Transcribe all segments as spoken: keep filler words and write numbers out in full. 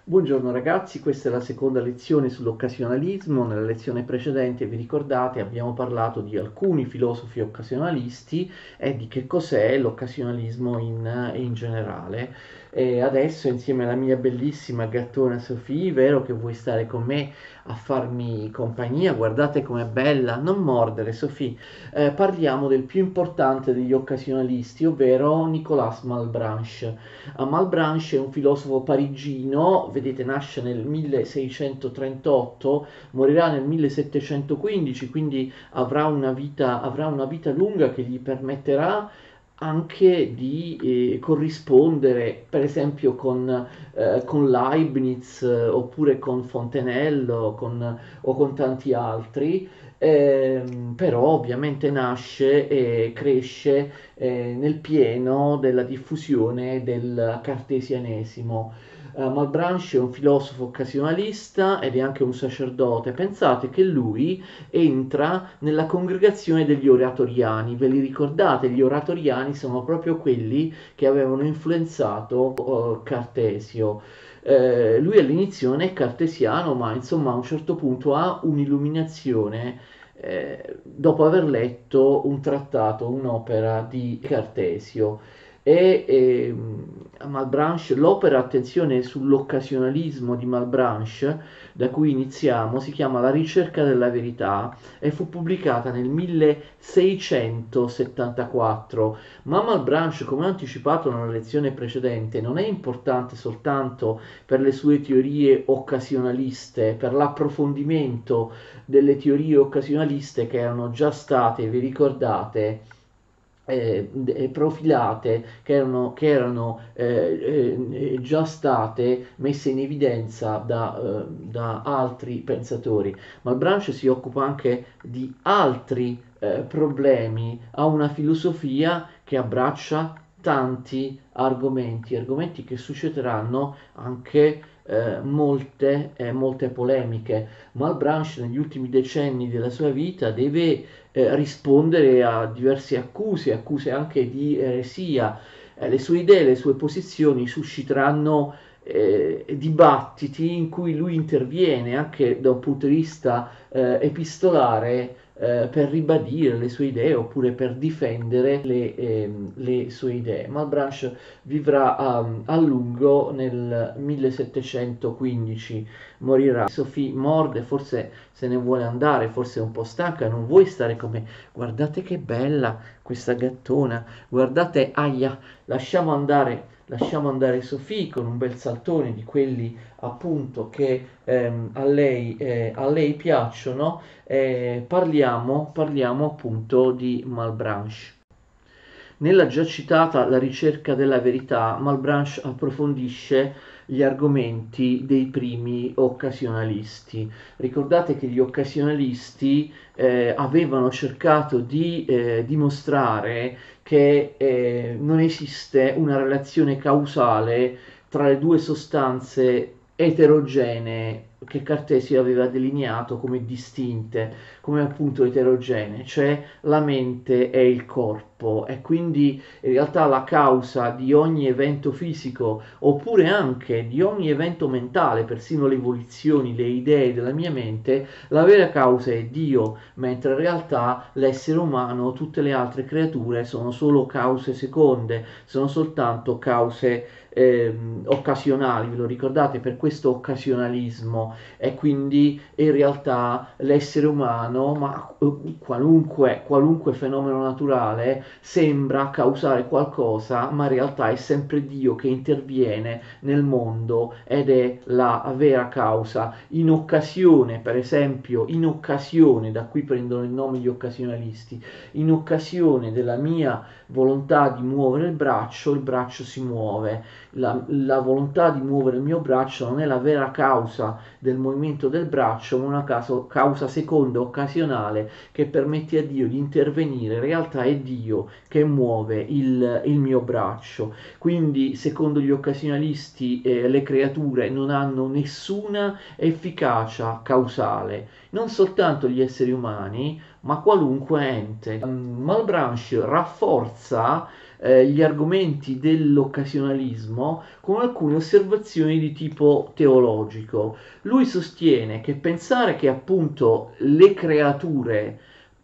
Buongiorno ragazzi, questa è la seconda lezione sull'occasionalismo. Nella lezione precedente, vi ricordate, abbiamo parlato di alcuni filosofi occasionalisti e di che cos'è l'occasionalismo in, in generale. E adesso, insieme alla mia bellissima gattona Sofì, vero che vuoi stare con me a farmi compagnia? Guardate com'è bella, non mordere Sofì. Eh, parliamo del più importante degli occasionalisti, ovvero Nicolas Malebranche. A Malebranche è un filosofo parigino, vedete, nasce nel milleseicentotrentotto, morirà nel millesettecentoquindici, quindi avrà una vita, avrà una vita lunga che gli permetterà anche di eh, corrispondere, per esempio, con, eh, con Leibniz eh, oppure con Fontenelle o con, o con tanti altri. Ehm, però ovviamente nasce e cresce eh, nel pieno della diffusione del cartesianesimo. Uh, Malebranche è un filosofo occasionalista ed è anche un sacerdote. Pensate che lui entra nella congregazione degli oratoriani. Ve li ricordate? Gli oratoriani sono proprio quelli che avevano influenzato uh, Cartesio. Eh, lui all'inizio non è cartesiano, ma insomma a un certo punto ha un'illuminazione eh, dopo aver letto un trattato, un'opera di Cartesio. E ehm, Malebranche, l'opera, attenzione, sull'occasionalismo di Malebranche, da cui iniziamo, si chiama La ricerca della verità e fu pubblicata nel milleseicentosettantaquattro. Ma Malebranche, come ho anticipato nella lezione precedente, non è importante soltanto per le sue teorie occasionaliste, per l'approfondimento delle teorie occasionaliste che erano già state, vi ricordate, eh, eh, profilate, che erano, che erano eh, eh, già state messe in evidenza da, eh, da altri pensatori. Malebranche si occupa anche di altri eh, problemi, ha una filosofia che abbraccia tanti argomenti, argomenti che susciteranno anche eh, molte, eh, molte polemiche. Malebranche negli ultimi decenni della sua vita deve eh, rispondere a diverse accuse, accuse anche di eresia. Eh, le sue idee, le sue posizioni susciteranno eh, dibattiti in cui lui interviene anche da un punto di vista eh, epistolare eh, per ribadire le sue idee oppure per difendere le, ehm, le sue idee. Malebranche vivrà um, a lungo nel millesettecentoquindici, morirà. Sophie morde, forse se ne vuole andare, forse è un po' stanca, non vuoi stare con me. Guardate che bella questa gattona, guardate, aia, lasciamo andare, lasciamo andare Sophie con un bel saltone di quelli appunto che ehm, a lei, eh, a lei piacciono. Eh, parliamo, parliamo appunto di Malebranche. Nella già citata La ricerca della verità, Malebranche approfondisce gli argomenti dei primi occasionalisti. Ricordate che gli occasionalisti eh, avevano cercato di eh, dimostrare che eh, non esiste una relazione causale tra le due sostanze eterogenee che Cartesio aveva delineato come distinte, come appunto eterogenee, cioè la mente e il corpo, e quindi in realtà la causa di ogni evento fisico oppure anche di ogni evento mentale, persino le evoluzioni, le idee della mia mente, la vera causa è Dio, mentre in realtà l'essere umano, tutte le altre creature sono solo cause seconde, sono soltanto cause ehm, occasionali, ve lo ricordate? Per questo occasionalismo, e quindi in realtà l'essere umano, ma qualunque, qualunque fenomeno naturale, sembra causare qualcosa, ma in realtà è sempre Dio che interviene nel mondo ed è la vera causa. In occasione, per esempio, in occasione, da qui prendono il nome gli occasionalisti, in occasione della mia volontà di muovere il braccio, il braccio si muove. La, la volontà di muovere il mio braccio non è la vera causa del movimento del braccio, ma una caso, causa seconda, occasionale, che permette a Dio di intervenire. In realtà è Dio che muove il, il mio braccio. Quindi, secondo gli occasionalisti, eh, le creature non hanno nessuna efficacia causale, non soltanto gli esseri umani, ma qualunque ente. Malebranche rafforza eh, gli argomenti dell'occasionalismo con alcune osservazioni di tipo teologico. Lui sostiene che pensare che appunto le creature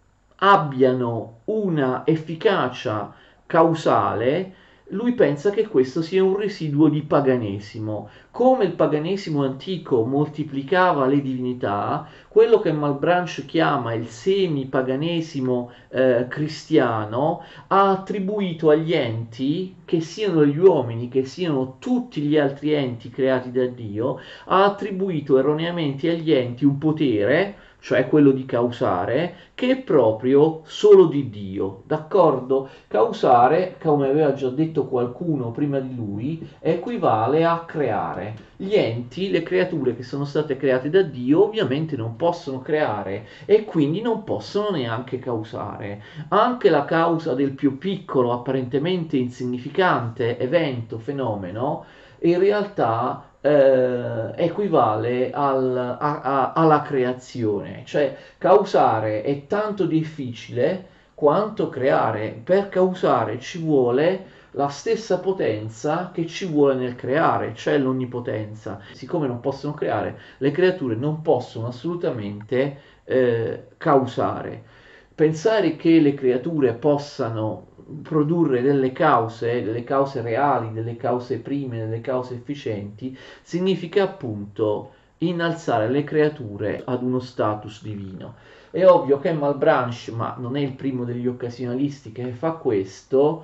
abbiano una efficacia causale, lui pensa che questo sia un residuo di paganesimo. Come il paganesimo antico moltiplicava le divinità, quello che Malebranche chiama il semipaganesimo eh, cristiano ha attribuito agli enti, che siano gli uomini, che siano tutti gli altri enti creati da Dio, ha attribuito erroneamente agli enti un potere, cioè quello di causare, che è proprio solo di Dio, d'accordo? Causare, come aveva già detto qualcuno prima di lui, equivale a creare. Gli enti, le creature che sono state create da Dio, ovviamente non possono creare e quindi non possono neanche causare. Anche la causa del più piccolo, apparentemente insignificante evento, fenomeno, in realtà eh, equivale al, a, a, alla creazione, cioè causare è tanto difficile quanto creare. Per causare ci vuole la stessa potenza che ci vuole nel creare, cioè l'onnipotenza. Siccome non possono creare, le creature non possono assolutamente eh, causare. Pensare che le creature possano produrre delle cause, delle cause reali, delle cause prime, delle cause efficienti, significa appunto innalzare le creature ad uno status divino. È ovvio che Malebranche, ma non è il primo degli occasionalisti che fa questo,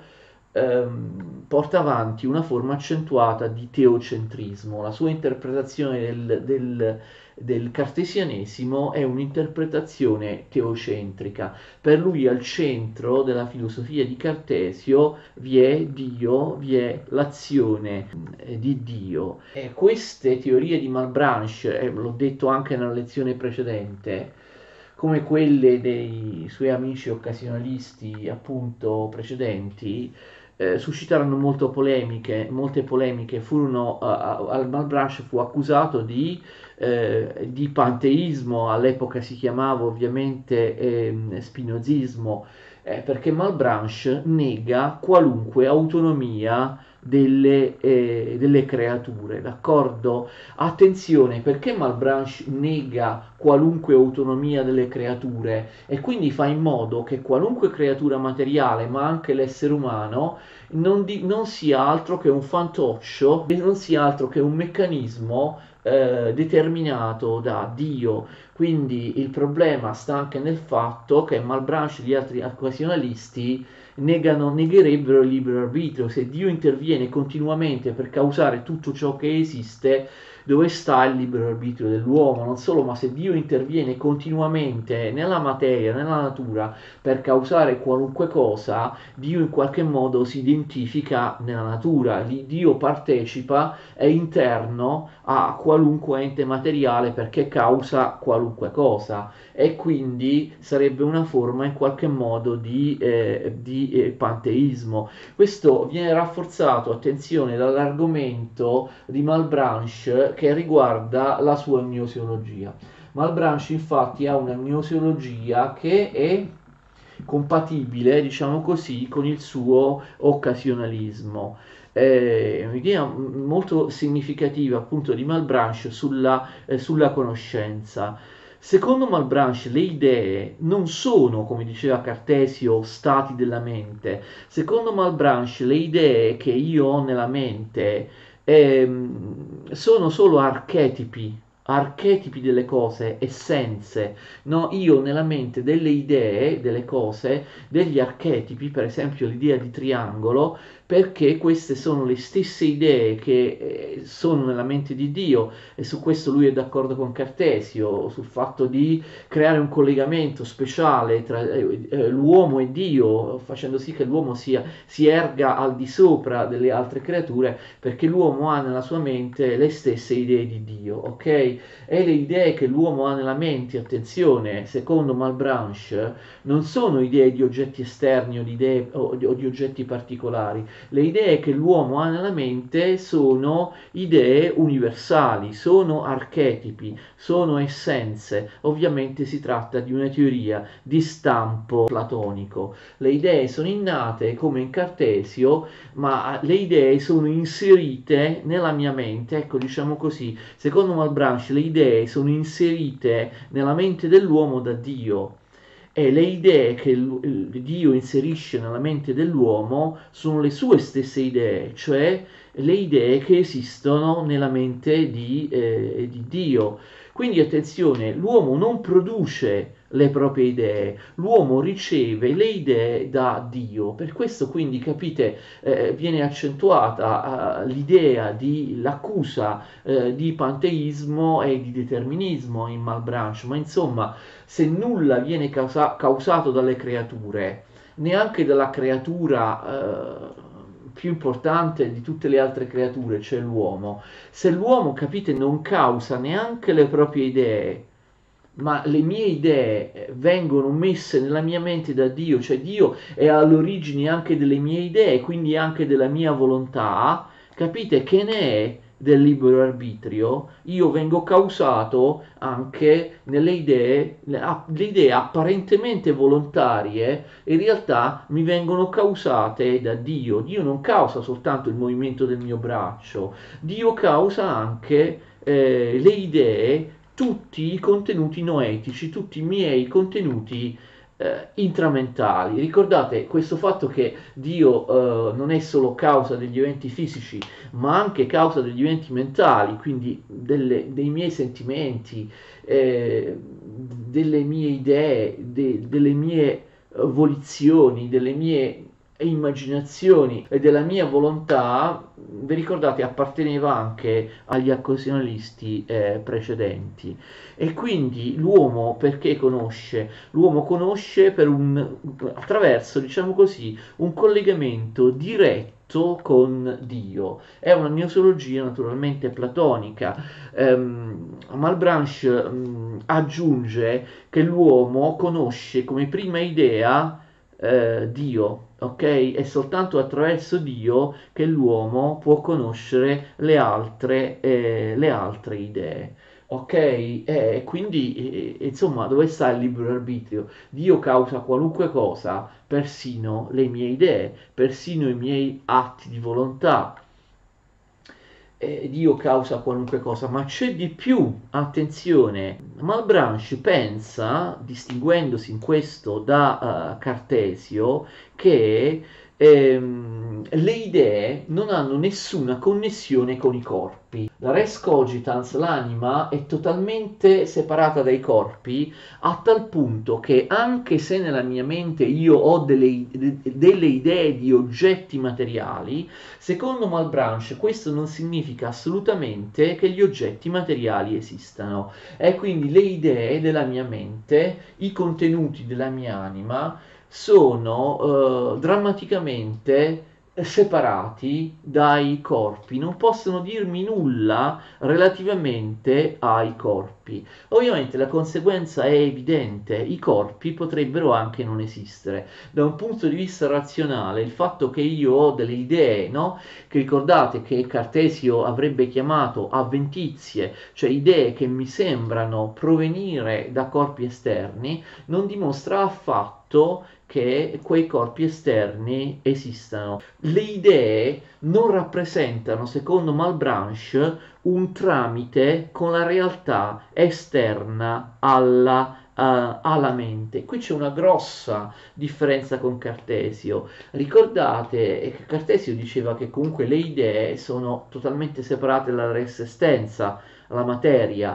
ehm, porta avanti una forma accentuata di teocentrismo. La sua interpretazione del, del, del cartesianesimo è un'interpretazione teocentrica. Per lui al centro della filosofia di Cartesio vi è Dio, vi è l'azione eh, di Dio. E queste teorie di Malebranche, eh, l'ho detto anche nella lezione precedente, come quelle dei suoi amici occasionalisti appunto precedenti, eh, suscitarono molte polemiche, molte polemiche furono, uh, al Malebranche fu accusato di, eh, di panteismo, all'epoca si chiamava ovviamente eh, spinozismo, eh, perché Malebranche nega qualunque autonomia delle, eh, delle creature, d'accordo? Attenzione, perché Malebranche nega qualunque autonomia delle creature e quindi fa in modo che qualunque creatura materiale, ma anche l'essere umano, non, di, non sia altro che un fantoccio, non sia altro che un meccanismo eh, determinato da Dio. Quindi il problema sta anche nel fatto che Malebranche e gli altri occasionalisti negano, negherebbero il libero arbitrio. Se Dio interviene continuamente per causare tutto ciò che esiste, dove sta il libero arbitrio dell'uomo? Non solo, ma se Dio interviene continuamente nella materia, nella natura, per causare qualunque cosa, Dio in qualche modo si identifica nella natura. Dio partecipa, è interno a qualunque ente materiale perché causa qualunque cosa e quindi sarebbe una forma in qualche modo di, eh, di eh, panteismo. Questo viene rafforzato, attenzione, dall'argomento di Malebranche che riguarda la sua gnoseologia. Malebranche infatti ha una gnoseologia che è compatibile, diciamo così, con il suo occasionalismo. Eh, un'idea molto significativa appunto di Malebranche sulla, eh, sulla conoscenza. Secondo Malebranche le idee non sono, come diceva Cartesio, stati della mente. Secondo Malebranche le idee che io ho nella mente ehm, sono solo archetipi, archetipi delle cose, essenze. No, io nella mente delle idee, delle cose, degli archetipi, per esempio l'idea di triangolo, perché queste sono le stesse idee che eh, sono nella mente di Dio e su questo lui è d'accordo con Cartesio, sul fatto di creare un collegamento speciale tra eh, eh, l'uomo e Dio, facendo sì che l'uomo sia, si erga al di sopra delle altre creature, perché l'uomo ha nella sua mente le stesse idee di Dio, ok? E le idee che l'uomo ha nella mente, attenzione, secondo Malebranche, non sono idee di oggetti esterni o di, idee, o di, o di oggetti particolari. Le idee che l'uomo ha nella mente sono idee universali, sono archetipi, sono essenze. Ovviamente si tratta di una teoria di stampo platonico. Le idee sono innate come in Cartesio, ma le idee sono inserite nella mia mente, ecco, diciamo così. Secondo Malebranche le idee sono inserite nella mente dell'uomo da Dio, e le idee che Dio inserisce nella mente dell'uomo sono le sue stesse idee, cioè le idee che esistono nella mente di, eh, di Dio. Quindi attenzione, l'uomo non produce le proprie idee, l'uomo riceve le idee da Dio. Per questo quindi, capite, eh, viene accentuata eh, l'idea di l'accusa eh, di panteismo e di determinismo in Malebranche, ma insomma, se nulla viene causa- causato dalle creature, neanche dalla creatura eh, più importante di tutte le altre creature, cioè l'uomo, se l'uomo, capite, non causa neanche le proprie idee, ma le mie idee vengono messe nella mia mente da Dio, cioè Dio è all'origine anche delle mie idee, quindi anche della mia volontà, capite che ne è del libero arbitrio? Io vengo causato anche nelle idee, le idee apparentemente volontarie, in realtà mi vengono causate da Dio. Dio non causa soltanto il movimento del mio braccio, Dio causa anche eh, le idee, tutti i contenuti noetici, tutti i miei contenuti eh, intramentali. Ricordate questo fatto che Dio eh, non è solo causa degli eventi fisici, ma anche causa degli eventi mentali, quindi delle, dei miei sentimenti, eh, delle mie idee, de, delle mie volizioni, delle mie immaginazioni e della mia volontà. Vi ricordate, apparteneva anche agli occasionalisti eh, precedenti. E quindi l'uomo perché conosce? L'uomo conosce per un, attraverso, diciamo così, un collegamento diretto con Dio. È una gnoseologia naturalmente platonica. Um, Malebranche um, aggiunge che l'uomo conosce come prima idea eh, Dio, ok? È soltanto attraverso Dio che l'uomo può conoscere le altre, eh, le altre idee. Ok? E quindi, eh, insomma, dove sta il libero arbitrio? Dio causa qualunque cosa, persino le mie idee, persino i miei atti di volontà. Eh, Dio causa qualunque cosa, ma c'è di più, attenzione. Malebranche pensa, distinguendosi in questo da uh, Cartesio, che ehm, le idee non hanno nessuna connessione con i corpi. La res cogitans, l'anima, è totalmente separata dai corpi, a tal punto che anche se nella mia mente io ho delle, delle idee di oggetti materiali, secondo Malebranche questo non significa assolutamente che gli oggetti materiali esistano. E quindi le idee della mia mente, i contenuti della mia anima, sono eh, drammaticamente separati dai corpi, non possono dirmi nulla relativamente ai corpi. Ovviamente la conseguenza è evidente, i corpi potrebbero anche non esistere. Da un punto di vista razionale, il fatto che io ho delle idee, no? Che ricordate che Cartesio avrebbe chiamato avventizie, cioè idee che mi sembrano provenire da corpi esterni, non dimostra affatto che quei corpi esterni esistano. Le idee non rappresentano, secondo Malebranche, un tramite con la realtà esterna alla, uh, alla mente. Qui c'è una grossa differenza con Cartesio. Ricordate che Cartesio diceva che comunque le idee sono totalmente separate dalla res estensa, la materia.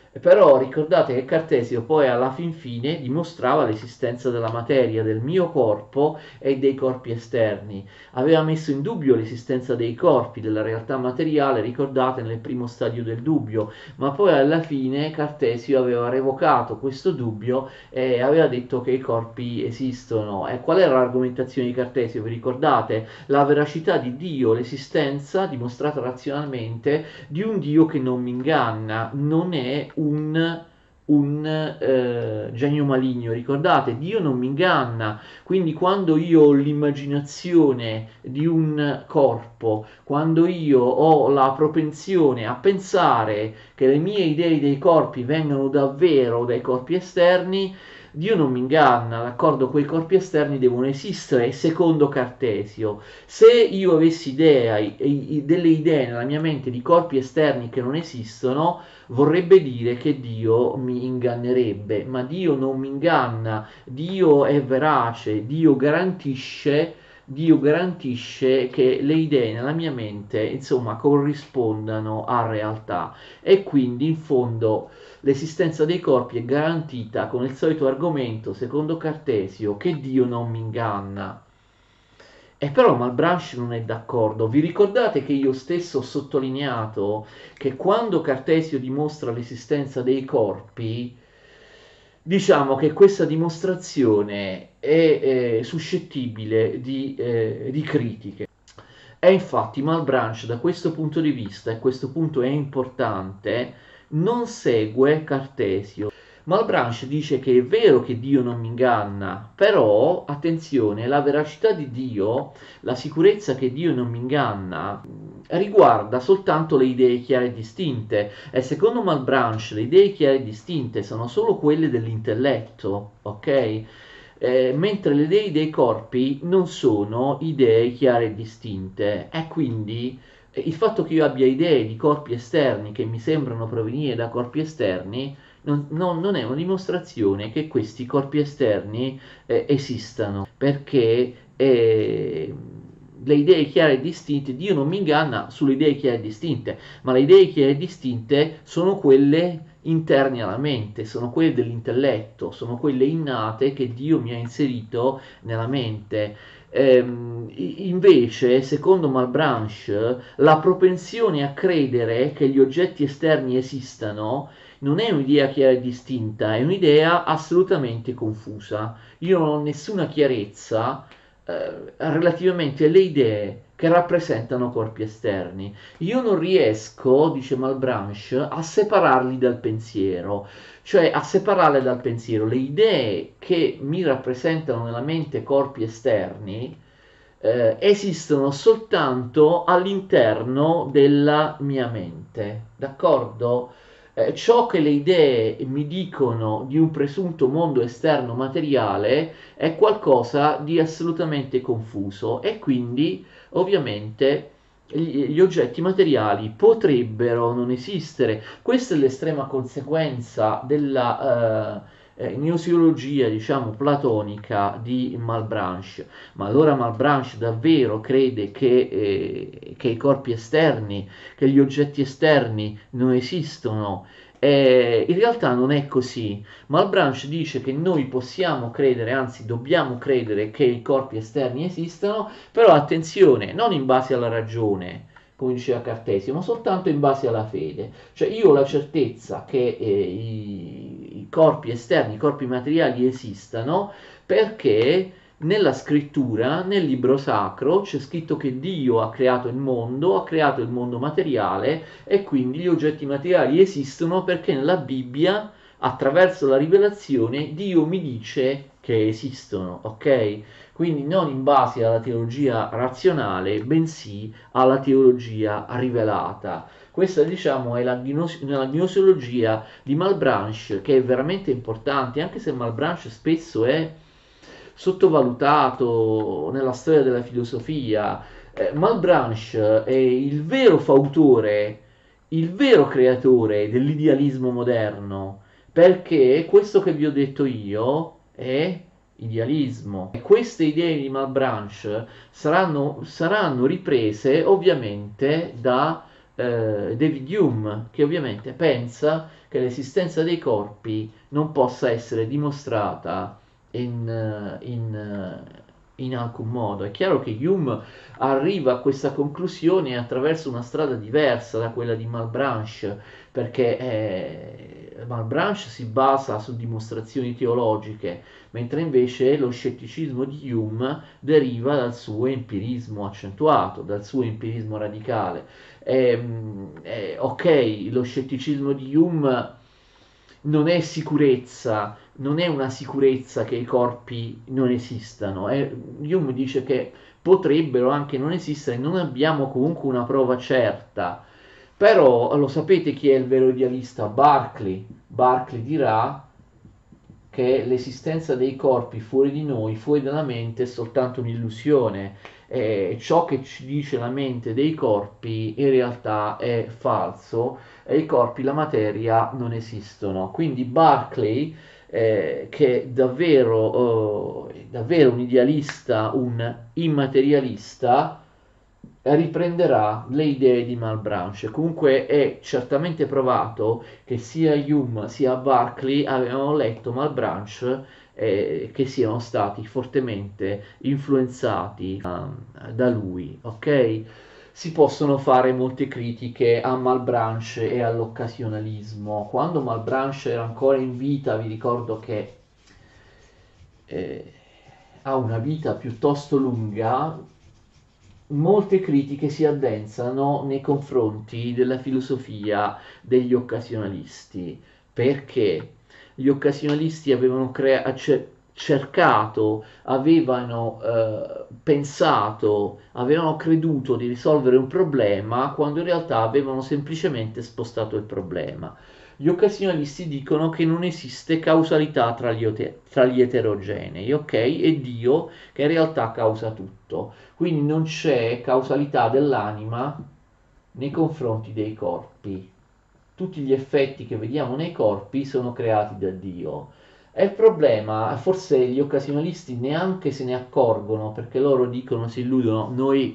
Però ricordate che Cartesio poi alla fin fine dimostrava l'esistenza della materia, del mio corpo e dei corpi esterni. Aveva messo in dubbio l'esistenza dei corpi, della realtà materiale, ricordate nel primo stadio del dubbio, ma poi alla fine Cartesio aveva revocato questo dubbio e aveva detto che i corpi esistono. E qual era l'argomentazione di Cartesio? Vi ricordate? La veracità di Dio, l'esistenza dimostrata razionalmente di un Dio che non mi inganna, non è un, un eh, genio maligno, ricordate, Dio non mi inganna, quindi quando io ho l'immaginazione di un corpo, quando io ho la propensione a pensare che le mie idee dei corpi vengano davvero dai corpi esterni, Dio non mi inganna, d'accordo? Quei corpi esterni devono esistere secondo Cartesio. Se io avessi idea, i- i- delle idee nella mia mente di corpi esterni che non esistono, vorrebbe dire che Dio mi ingannerebbe, ma Dio non mi inganna, Dio è verace, Dio garantisce, Dio garantisce che le idee nella mia mente, insomma, corrispondano a realtà e quindi in fondo l'esistenza dei corpi è garantita con il solito argomento, secondo Cartesio, che Dio non mi inganna. E però Malebranche non è d'accordo. Vi ricordate che io stesso ho sottolineato che quando Cartesio dimostra l'esistenza dei corpi, diciamo che questa dimostrazione è eh, suscettibile di, eh, di critiche. E infatti Malebranche da questo punto di vista, e questo punto è importante, non segue Cartesio. Malebranche dice che è vero che Dio non mi inganna, però attenzione, la veracità di Dio, la sicurezza che Dio non mi inganna, riguarda soltanto le idee chiare e distinte e secondo Malebranche le idee chiare e distinte sono solo quelle dell'intelletto, ok? Eh, mentre le idee dei corpi non sono idee chiare e distinte e quindi eh, il fatto che io abbia idee di corpi esterni che mi sembrano provenire da corpi esterni non, non- non è una dimostrazione che questi corpi esterni eh, esistano, perché eh, le idee chiare e distinte, Dio non mi inganna sulle idee chiare e distinte, ma le idee chiare e distinte sono quelle interne alla mente, sono quelle dell'intelletto, sono quelle innate che Dio mi ha inserito nella mente. Ehm, invece, secondo Malebranche, la propensione a credere che gli oggetti esterni esistano non è un'idea chiara e distinta, è un'idea assolutamente confusa. Io non ho nessuna chiarezza eh, relativamente alle idee che rappresentano corpi esterni. Io non riesco, dice Malebranche, a separarli dal pensiero, cioè a separarle dal pensiero. Le idee che mi rappresentano nella mente corpi esterni eh, esistono soltanto all'interno della mia mente, d'accordo? Eh, ciò che le idee mi dicono di un presunto mondo esterno materiale è qualcosa di assolutamente confuso e quindi ovviamente gli, gli oggetti materiali potrebbero non esistere. Questa è l'estrema conseguenza della eh, eh, gnoseologia, diciamo, platonica di Malebranche. Ma allora Malebranche davvero crede che, eh, che i corpi esterni, che gli oggetti esterni non esistono? Eh, in realtà non è così. Malebranche dice che noi possiamo credere, anzi dobbiamo credere che i corpi esterni esistano, però attenzione, non in base alla ragione, come diceva Cartesio, ma soltanto in base alla fede. Cioè io ho la certezza che eh, i, i corpi esterni, i corpi materiali esistano perché nella scrittura, nel libro sacro, c'è scritto che Dio ha creato il mondo, ha creato il mondo materiale e quindi gli oggetti materiali esistono perché nella Bibbia, attraverso la rivelazione, Dio mi dice che esistono, ok? Quindi non in base alla teologia razionale, bensì alla teologia rivelata. Questa, diciamo, è la, gnos- la gnoseologia di Malebranche, che è veramente importante, anche se Malebranche spesso è sottovalutato nella storia della filosofia. Eh, Malebranche è il vero fautore, il vero creatore dell'idealismo moderno, perché questo che vi ho detto io è idealismo. E queste idee di Malebranche saranno, saranno riprese ovviamente da eh, David Hume, che ovviamente pensa che l'esistenza dei corpi non possa essere dimostrata in, eh, in, eh, in alcun modo. È chiaro che Hume arriva a questa conclusione attraverso una strada diversa da quella di Malebranche, perché eh, Malebranche si basa su dimostrazioni teologiche, mentre invece lo scetticismo di Hume deriva dal suo empirismo accentuato, dal suo empirismo radicale. Eh, eh, ok, lo scetticismo di Hume non è sicurezza, non è una sicurezza che i corpi non esistano. Eh, Hume dice che potrebbero anche non esistere, non abbiamo comunque una prova certa. Però lo sapete chi è il vero idealista? Berkeley. Berkeley dirà che l'esistenza dei corpi fuori di noi, fuori dalla mente, è soltanto un'illusione. Eh, ciò che ci dice la mente dei corpi in realtà è falso e i corpi, la materia, non esistono. Quindi Berkeley, eh, che è davvero, eh, davvero un idealista, un immaterialista, riprenderà le idee di Malebranche. Comunque è certamente provato che sia Hume sia Berkeley avevano letto Malebranche e che siano stati fortemente influenzati uh, da lui, ok? Si possono fare molte critiche a Malebranche e all'occasionalismo. Quando Malebranche era ancora in vita, vi ricordo che eh, ha una vita piuttosto lunga, molte critiche si addensano nei confronti della filosofia degli occasionalisti, perché gli occasionalisti avevano crea- cer- cercato, avevano eh, pensato, avevano creduto di risolvere un problema quando in realtà avevano semplicemente spostato il problema. Gli occasionalisti dicono che non esiste causalità tra gli, ote- tra gli eterogenei, ok? È Dio che in realtà causa tutto. Quindi non c'è causalità dell'anima nei confronti dei corpi. Tutti gli effetti che vediamo nei corpi sono creati da Dio. E il problema, forse gli occasionalisti neanche se ne accorgono, perché loro dicono, si illudono, noi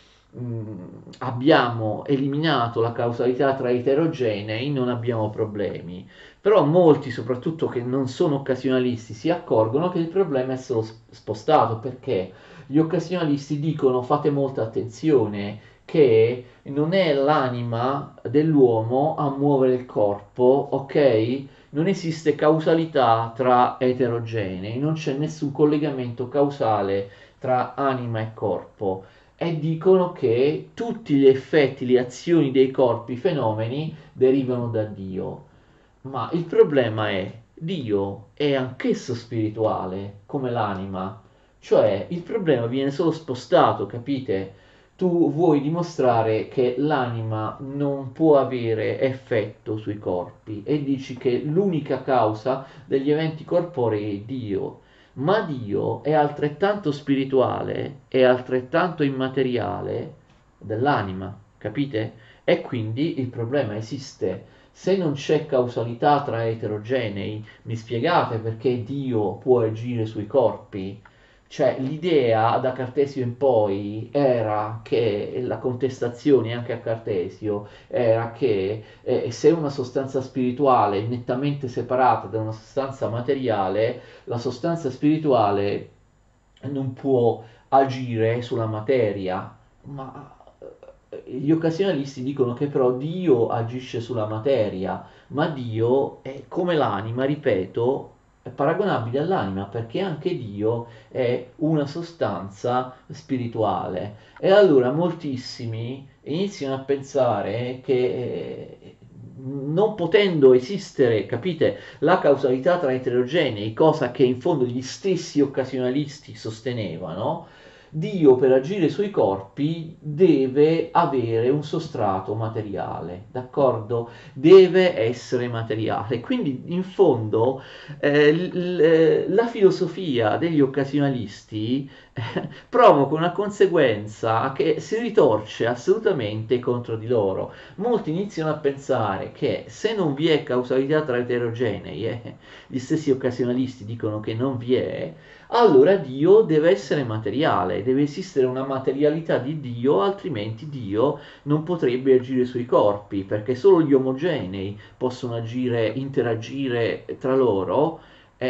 mh, abbiamo eliminato la causalità tra eterogenei, non abbiamo problemi. Però molti, soprattutto che non sono occasionalisti, si accorgono che il problema è solo spostato, perché gli occasionalisti dicono fate molta attenzione che non è l'anima dell'uomo a muovere il corpo, ok? Non esiste causalità tra eterogenei, non c'è nessun collegamento causale tra anima e corpo e dicono che tutti gli effetti, le azioni dei corpi, i fenomeni derivano da Dio. Ma il problema è Dio è anch'esso spirituale come l'anima, cioè il problema viene solo spostato, capite? Tu vuoi dimostrare che l'anima non può avere effetto sui corpi e dici che l'unica causa degli eventi corporei è Dio, ma Dio è altrettanto spirituale e altrettanto immateriale dell'anima, capite? E quindi il problema esiste. Se non c'è causalità tra eterogenei, mi spiegate perché Dio può agire sui corpi? Cioè, l'idea da Cartesio in poi era che la contestazione anche a Cartesio era che eh, se una sostanza spirituale è nettamente separata da una sostanza materiale, la sostanza spirituale non può agire sulla materia, ma eh, gli occasionalisti dicono che però Dio agisce sulla materia, ma Dio è come l'anima, ripeto, è paragonabile all'anima perché anche Dio è una sostanza spirituale. E allora moltissimi iniziano a pensare che eh, non potendo esistere, capite, la causalità tra eterogenei, cosa che in fondo gli stessi occasionalisti sostenevano, Dio per agire sui corpi deve avere un sostrato materiale, d'accordo? Deve essere materiale. Quindi in fondo eh, l- la filosofia degli occasionalisti eh, provoca una conseguenza che si ritorce assolutamente contro di loro. Molti iniziano a pensare che se non vi è causalità tra eterogenei, eh, gli stessi occasionalisti dicono che non vi è, allora Dio deve essere materiale materiale, deve esistere una materialità di Dio, altrimenti Dio non potrebbe agire sui corpi, perché solo gli omogenei possono agire, interagire tra loro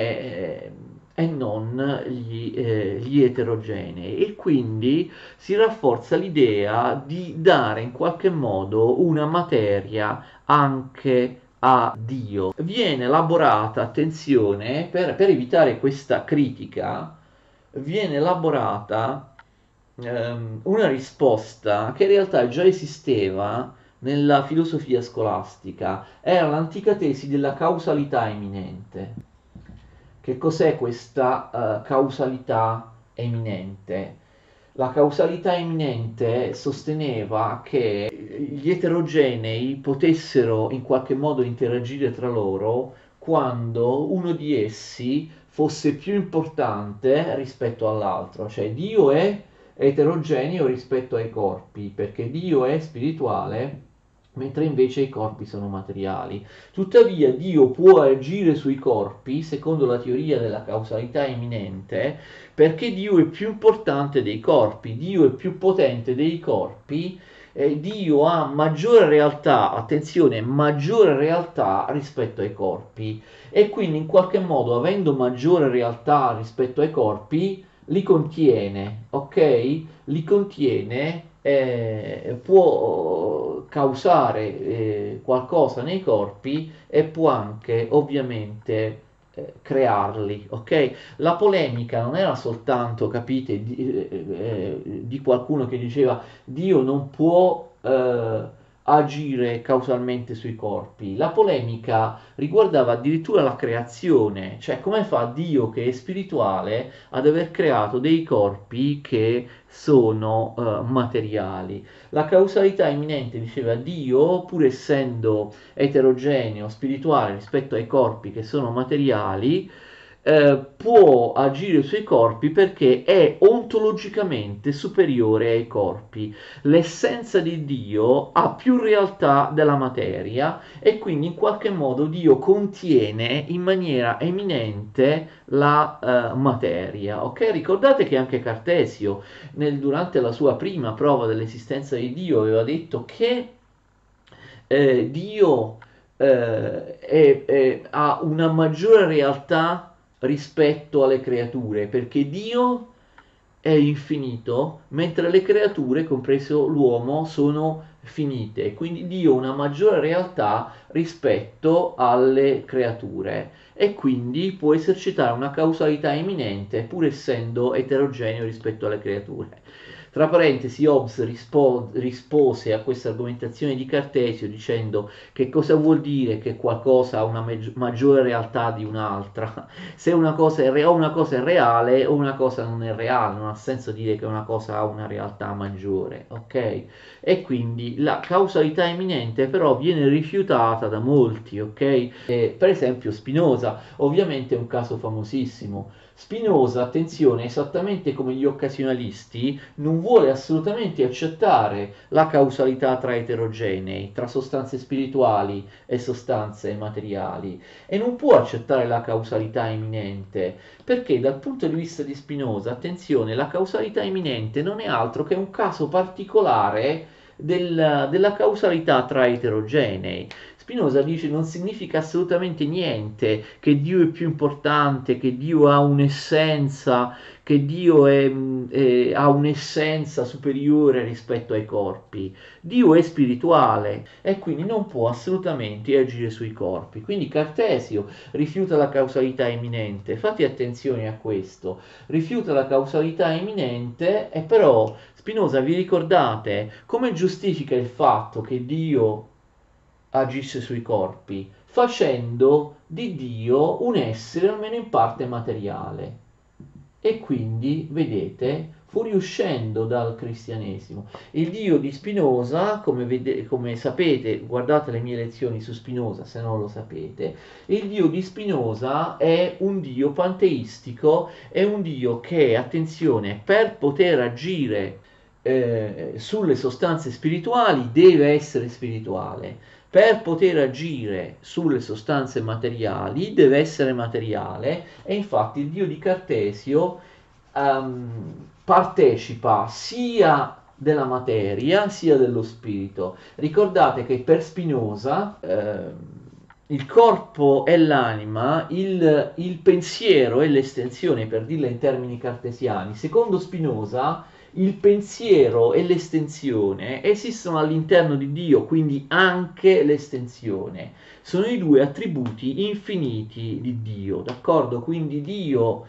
eh, e non gli, eh, gli eterogenei, e quindi si rafforza l'idea di dare in qualche modo una materia anche a Dio. Viene elaborata, attenzione, per, per evitare questa critica, viene elaborata ehm, una risposta che in realtà già esisteva nella filosofia scolastica, era l'antica tesi della causalità eminente. Che cos'è questa uh, causalità eminente? La causalità eminente sosteneva che gli eterogenei potessero in qualche modo interagire tra loro quando uno di essi fosse più importante rispetto all'altro, cioè Dio è eterogeneo rispetto ai corpi, perché Dio è spirituale mentre invece i corpi sono materiali. Tuttavia Dio può agire sui corpi, secondo la teoria della causalità imminente, perché Dio è più importante dei corpi, Dio è più potente dei corpi, eh, Dio ha maggiore realtà, attenzione, maggiore realtà rispetto ai corpi, e quindi in qualche modo, avendo maggiore realtà rispetto ai corpi, li contiene, ok? Li contiene, eh, può causare eh, qualcosa nei corpi e può anche ovviamente eh, crearli, ok? La polemica non era soltanto, capite, di, eh, eh, di qualcuno che diceva Dio non può eh, agire causalmente sui corpi. La polemica riguardava addirittura la creazione, cioè come fa Dio, che è spirituale, ad aver creato dei corpi che sono uh, materiali. La causalità imminente, diceva Dio, pur essendo eterogeneo, spirituale rispetto ai corpi che sono materiali, eh, può agire sui corpi perché è ontologicamente superiore ai corpi. L'essenza di Dio ha più realtà della materia, e quindi in qualche modo Dio contiene in maniera eminente la uh, materia. Ok? Ricordate che anche Cartesio, nel, durante la sua prima prova dell'esistenza di Dio, aveva detto che eh, Dio eh, è, è, ha una maggiore realtà rispetto alle creature, perché Dio è infinito, mentre le creature, compreso l'uomo, sono finite. Quindi Dio ha una maggiore realtà rispetto alle creature, e quindi può esercitare una causalità imminente pur essendo eterogeneo rispetto alle creature. Tra parentesi, Hobbes rispo- rispose a questa argomentazione di Cartesio dicendo: che cosa vuol dire che qualcosa ha una meg- maggiore realtà di un'altra? Se una cosa è, re- o una cosa è reale o una cosa non è reale, non ha senso dire che una cosa ha una realtà maggiore, ok? E quindi la causalità imminente però viene rifiutata da molti, ok? E, per esempio Spinoza, ovviamente è un caso famosissimo. Spinoza, attenzione, esattamente come gli occasionalisti, non vuole assolutamente accettare la causalità tra eterogenei, tra sostanze spirituali e sostanze materiali, e non può accettare la causalità imminente, perché dal punto di vista di Spinoza, attenzione, la causalità imminente non è altro che un caso particolare del, della causalità tra eterogenei. Spinoza dice non significa assolutamente niente che Dio è più importante, che Dio ha un'essenza, che Dio è, è, ha un'essenza superiore rispetto ai corpi. Dio è spirituale e quindi non può assolutamente agire sui corpi. Quindi Cartesio rifiuta la causalità imminente. Fate attenzione a questo. Rifiuta la causalità imminente, e però Spinoza, vi ricordate come giustifica il fatto che Dio agisce sui corpi? Facendo di Dio un essere almeno in parte materiale. E quindi, vedete, fuoriuscendo dal cristianesimo. Il Dio di Spinoza, come, vede, come sapete, guardate le mie lezioni su Spinoza se non lo sapete, il Dio di Spinoza è un Dio panteistico, è un Dio che, attenzione, per poter agire eh, sulle sostanze spirituali deve essere spirituale. Per poter agire sulle sostanze materiali deve essere materiale, e infatti il Dio di Cartesio ehm, partecipa sia della materia sia dello spirito. Ricordate che per Spinoza ehm, il corpo è l'anima, il, il pensiero è l'estensione, per dirla in termini cartesiani. Secondo Spinoza, il pensiero e l'estensione esistono all'interno di Dio, quindi anche l'estensione. Sono i due attributi infiniti di Dio, d'accordo? Quindi Dio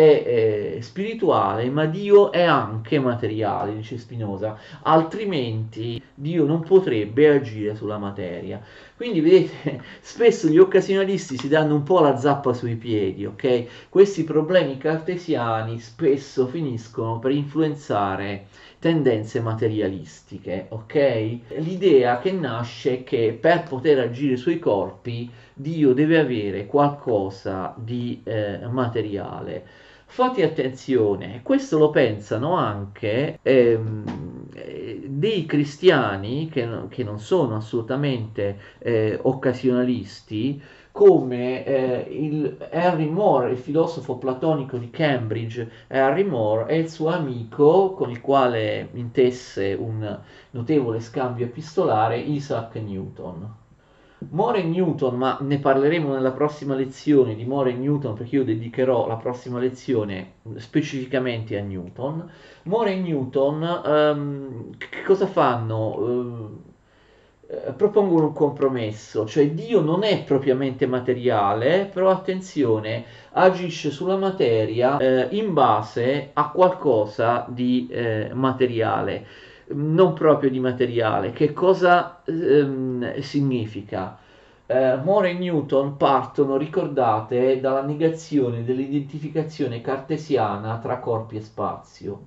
è eh, spirituale, ma Dio è anche materiale, dice Spinoza, altrimenti Dio non potrebbe agire sulla materia. Quindi vedete, spesso gli occasionalisti si danno un po' la zappa sui piedi, ok? Questi problemi cartesiani spesso finiscono per influenzare tendenze materialistiche, ok? L'idea che nasce è che per poter agire sui corpi Dio deve avere qualcosa di eh, materiale. Fate attenzione, questo lo pensano anche ehm, eh, dei cristiani che, no- che non sono assolutamente eh, occasionalisti, come eh, il Henry Moore, il filosofo platonico di Cambridge. Henry Moore è il suo amico con il quale intesse un notevole scambio epistolare, Isaac Newton. More e Newton, ma ne parleremo nella prossima lezione di More e Newton, perché io dedicherò la prossima lezione specificamente a Newton. More e Newton ehm, che cosa fanno? Eh, propongono un compromesso, cioè Dio non è propriamente materiale, però attenzione, agisce sulla materia eh, in base a qualcosa di eh, materiale, non proprio di materiale. Che cosa ehm, significa? Eh, More e Newton partono, ricordate, dalla negazione dell'identificazione cartesiana tra corpi e spazio,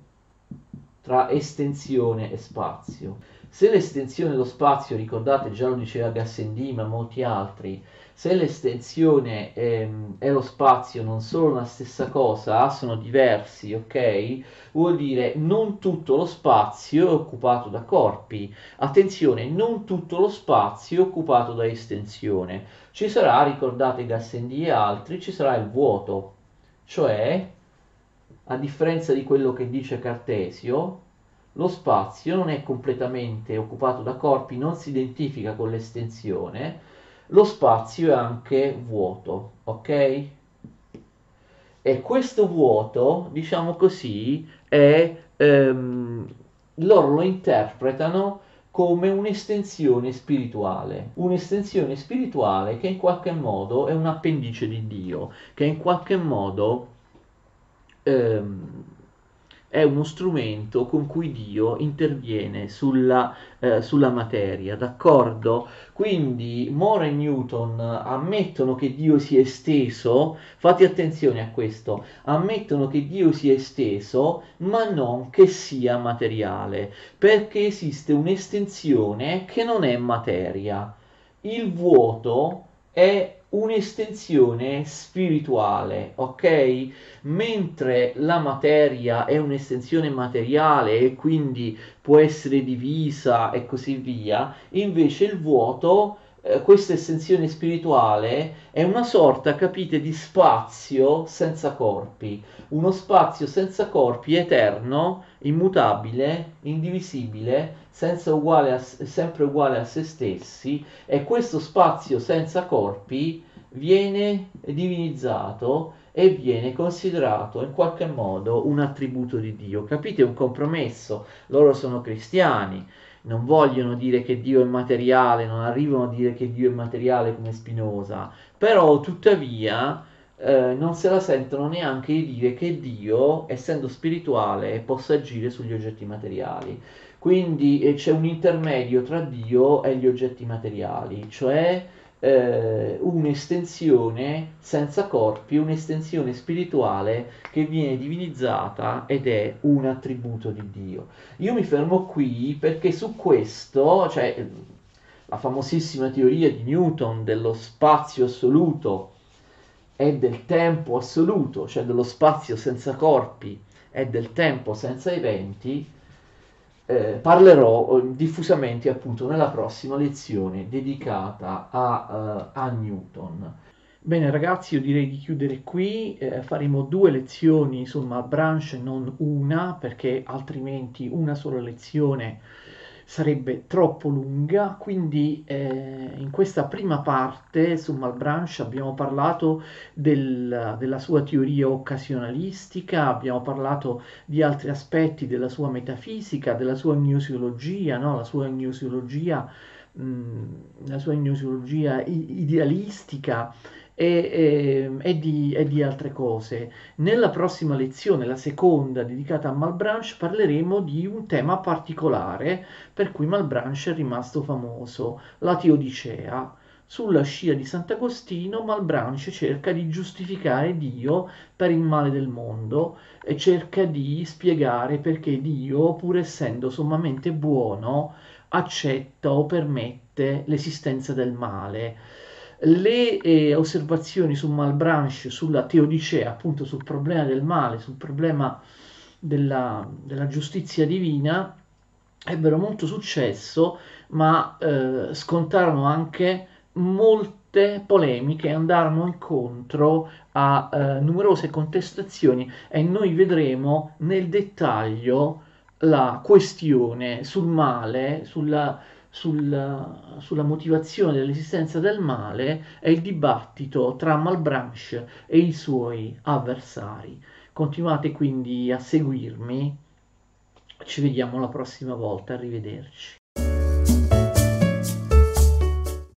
tra estensione e spazio. Se l'estensione e lo spazio, ricordate, già lo diceva Gassendi, ma molti altri, se l'estensione ehm, e lo spazio non sono la stessa cosa, sono diversi, ok? Vuol dire non tutto lo spazio è occupato da corpi. Attenzione, non tutto lo spazio è occupato da estensione. Ci sarà, ricordate Gassendi e altri, ci sarà il vuoto, cioè, a differenza di quello che dice Cartesio, lo spazio non è completamente occupato da corpi, non si identifica con l'estensione, lo spazio è anche vuoto, ok? E questo vuoto, diciamo così, è, ehm, loro lo interpretano come un'estensione spirituale, un'estensione spirituale che in qualche modo è un appendice di Dio, che in qualche modo ehm, è uno strumento con cui Dio interviene sulla, eh, sulla materia, d'accordo? Quindi More e Newton ammettono che Dio sia esteso, fate attenzione a questo, ammettono che Dio sia esteso, ma non che sia materiale, perché esiste un'estensione che non è materia. Il vuoto è un'estensione spirituale, ok? Mentre la materia è un'estensione materiale e quindi può essere divisa e così via, invece il vuoto, eh, questa estensione spirituale, è una sorta, capite, di spazio senza corpi, uno spazio senza corpi eterno, immutabile, indivisibile, senza uguale a, sempre uguale a se stessi, e questo spazio senza corpi viene divinizzato e viene considerato in qualche modo un attributo di Dio. Capite? Un compromesso. Loro sono cristiani, non vogliono dire che Dio è materiale, non arrivano a dire che Dio è materiale come Spinoza, però tuttavia eh, non se la sentono neanche di dire che Dio, essendo spirituale, possa agire sugli oggetti materiali. Quindi eh, c'è un intermedio tra Dio e gli oggetti materiali, cioè eh, un'estensione senza corpi, un'estensione spirituale che viene divinizzata ed è un attributo di Dio. Io mi fermo qui perché su questo, cioè la famosissima teoria di Newton dello spazio assoluto e del tempo assoluto, cioè dello spazio senza corpi e del tempo senza eventi, eh, parlerò eh, diffusamente appunto nella prossima lezione dedicata a, uh, a Newton. Bene ragazzi, io direi di chiudere qui, eh, faremo due lezioni sul Malebranche, non una, perché altrimenti una sola lezione sarebbe troppo lunga, quindi eh, in questa prima parte sul Malebranche abbiamo parlato del- della sua teoria occasionalistica, abbiamo parlato di altri aspetti della sua metafisica, della sua gnoseologia, no? La sua gnoseologia, mh, la sua gnoseologia i- idealistica e, e- e di, e di altre cose. Nella prossima lezione, la seconda dedicata a Malebranche, parleremo di un tema particolare per cui Malebranche è rimasto famoso, la Teodicea. Sulla scia di Sant'Agostino, Malebranche cerca di giustificare Dio per il male del mondo e cerca di spiegare perché Dio, pur essendo sommamente buono, accetta o permette l'esistenza del male. Le eh, osservazioni su Malebranche, sulla Teodicea, appunto sul problema del male, sul problema della, della giustizia divina, ebbero molto successo, ma eh, scontarono anche molte polemiche, andarono incontro a eh, numerose contestazioni e noi vedremo nel dettaglio la questione sul male, sulla, sulla, sulla motivazione dell'esistenza del male e il dibattito tra Malebranche e i suoi avversari. Continuate quindi a seguirmi, ci vediamo la prossima volta, arrivederci.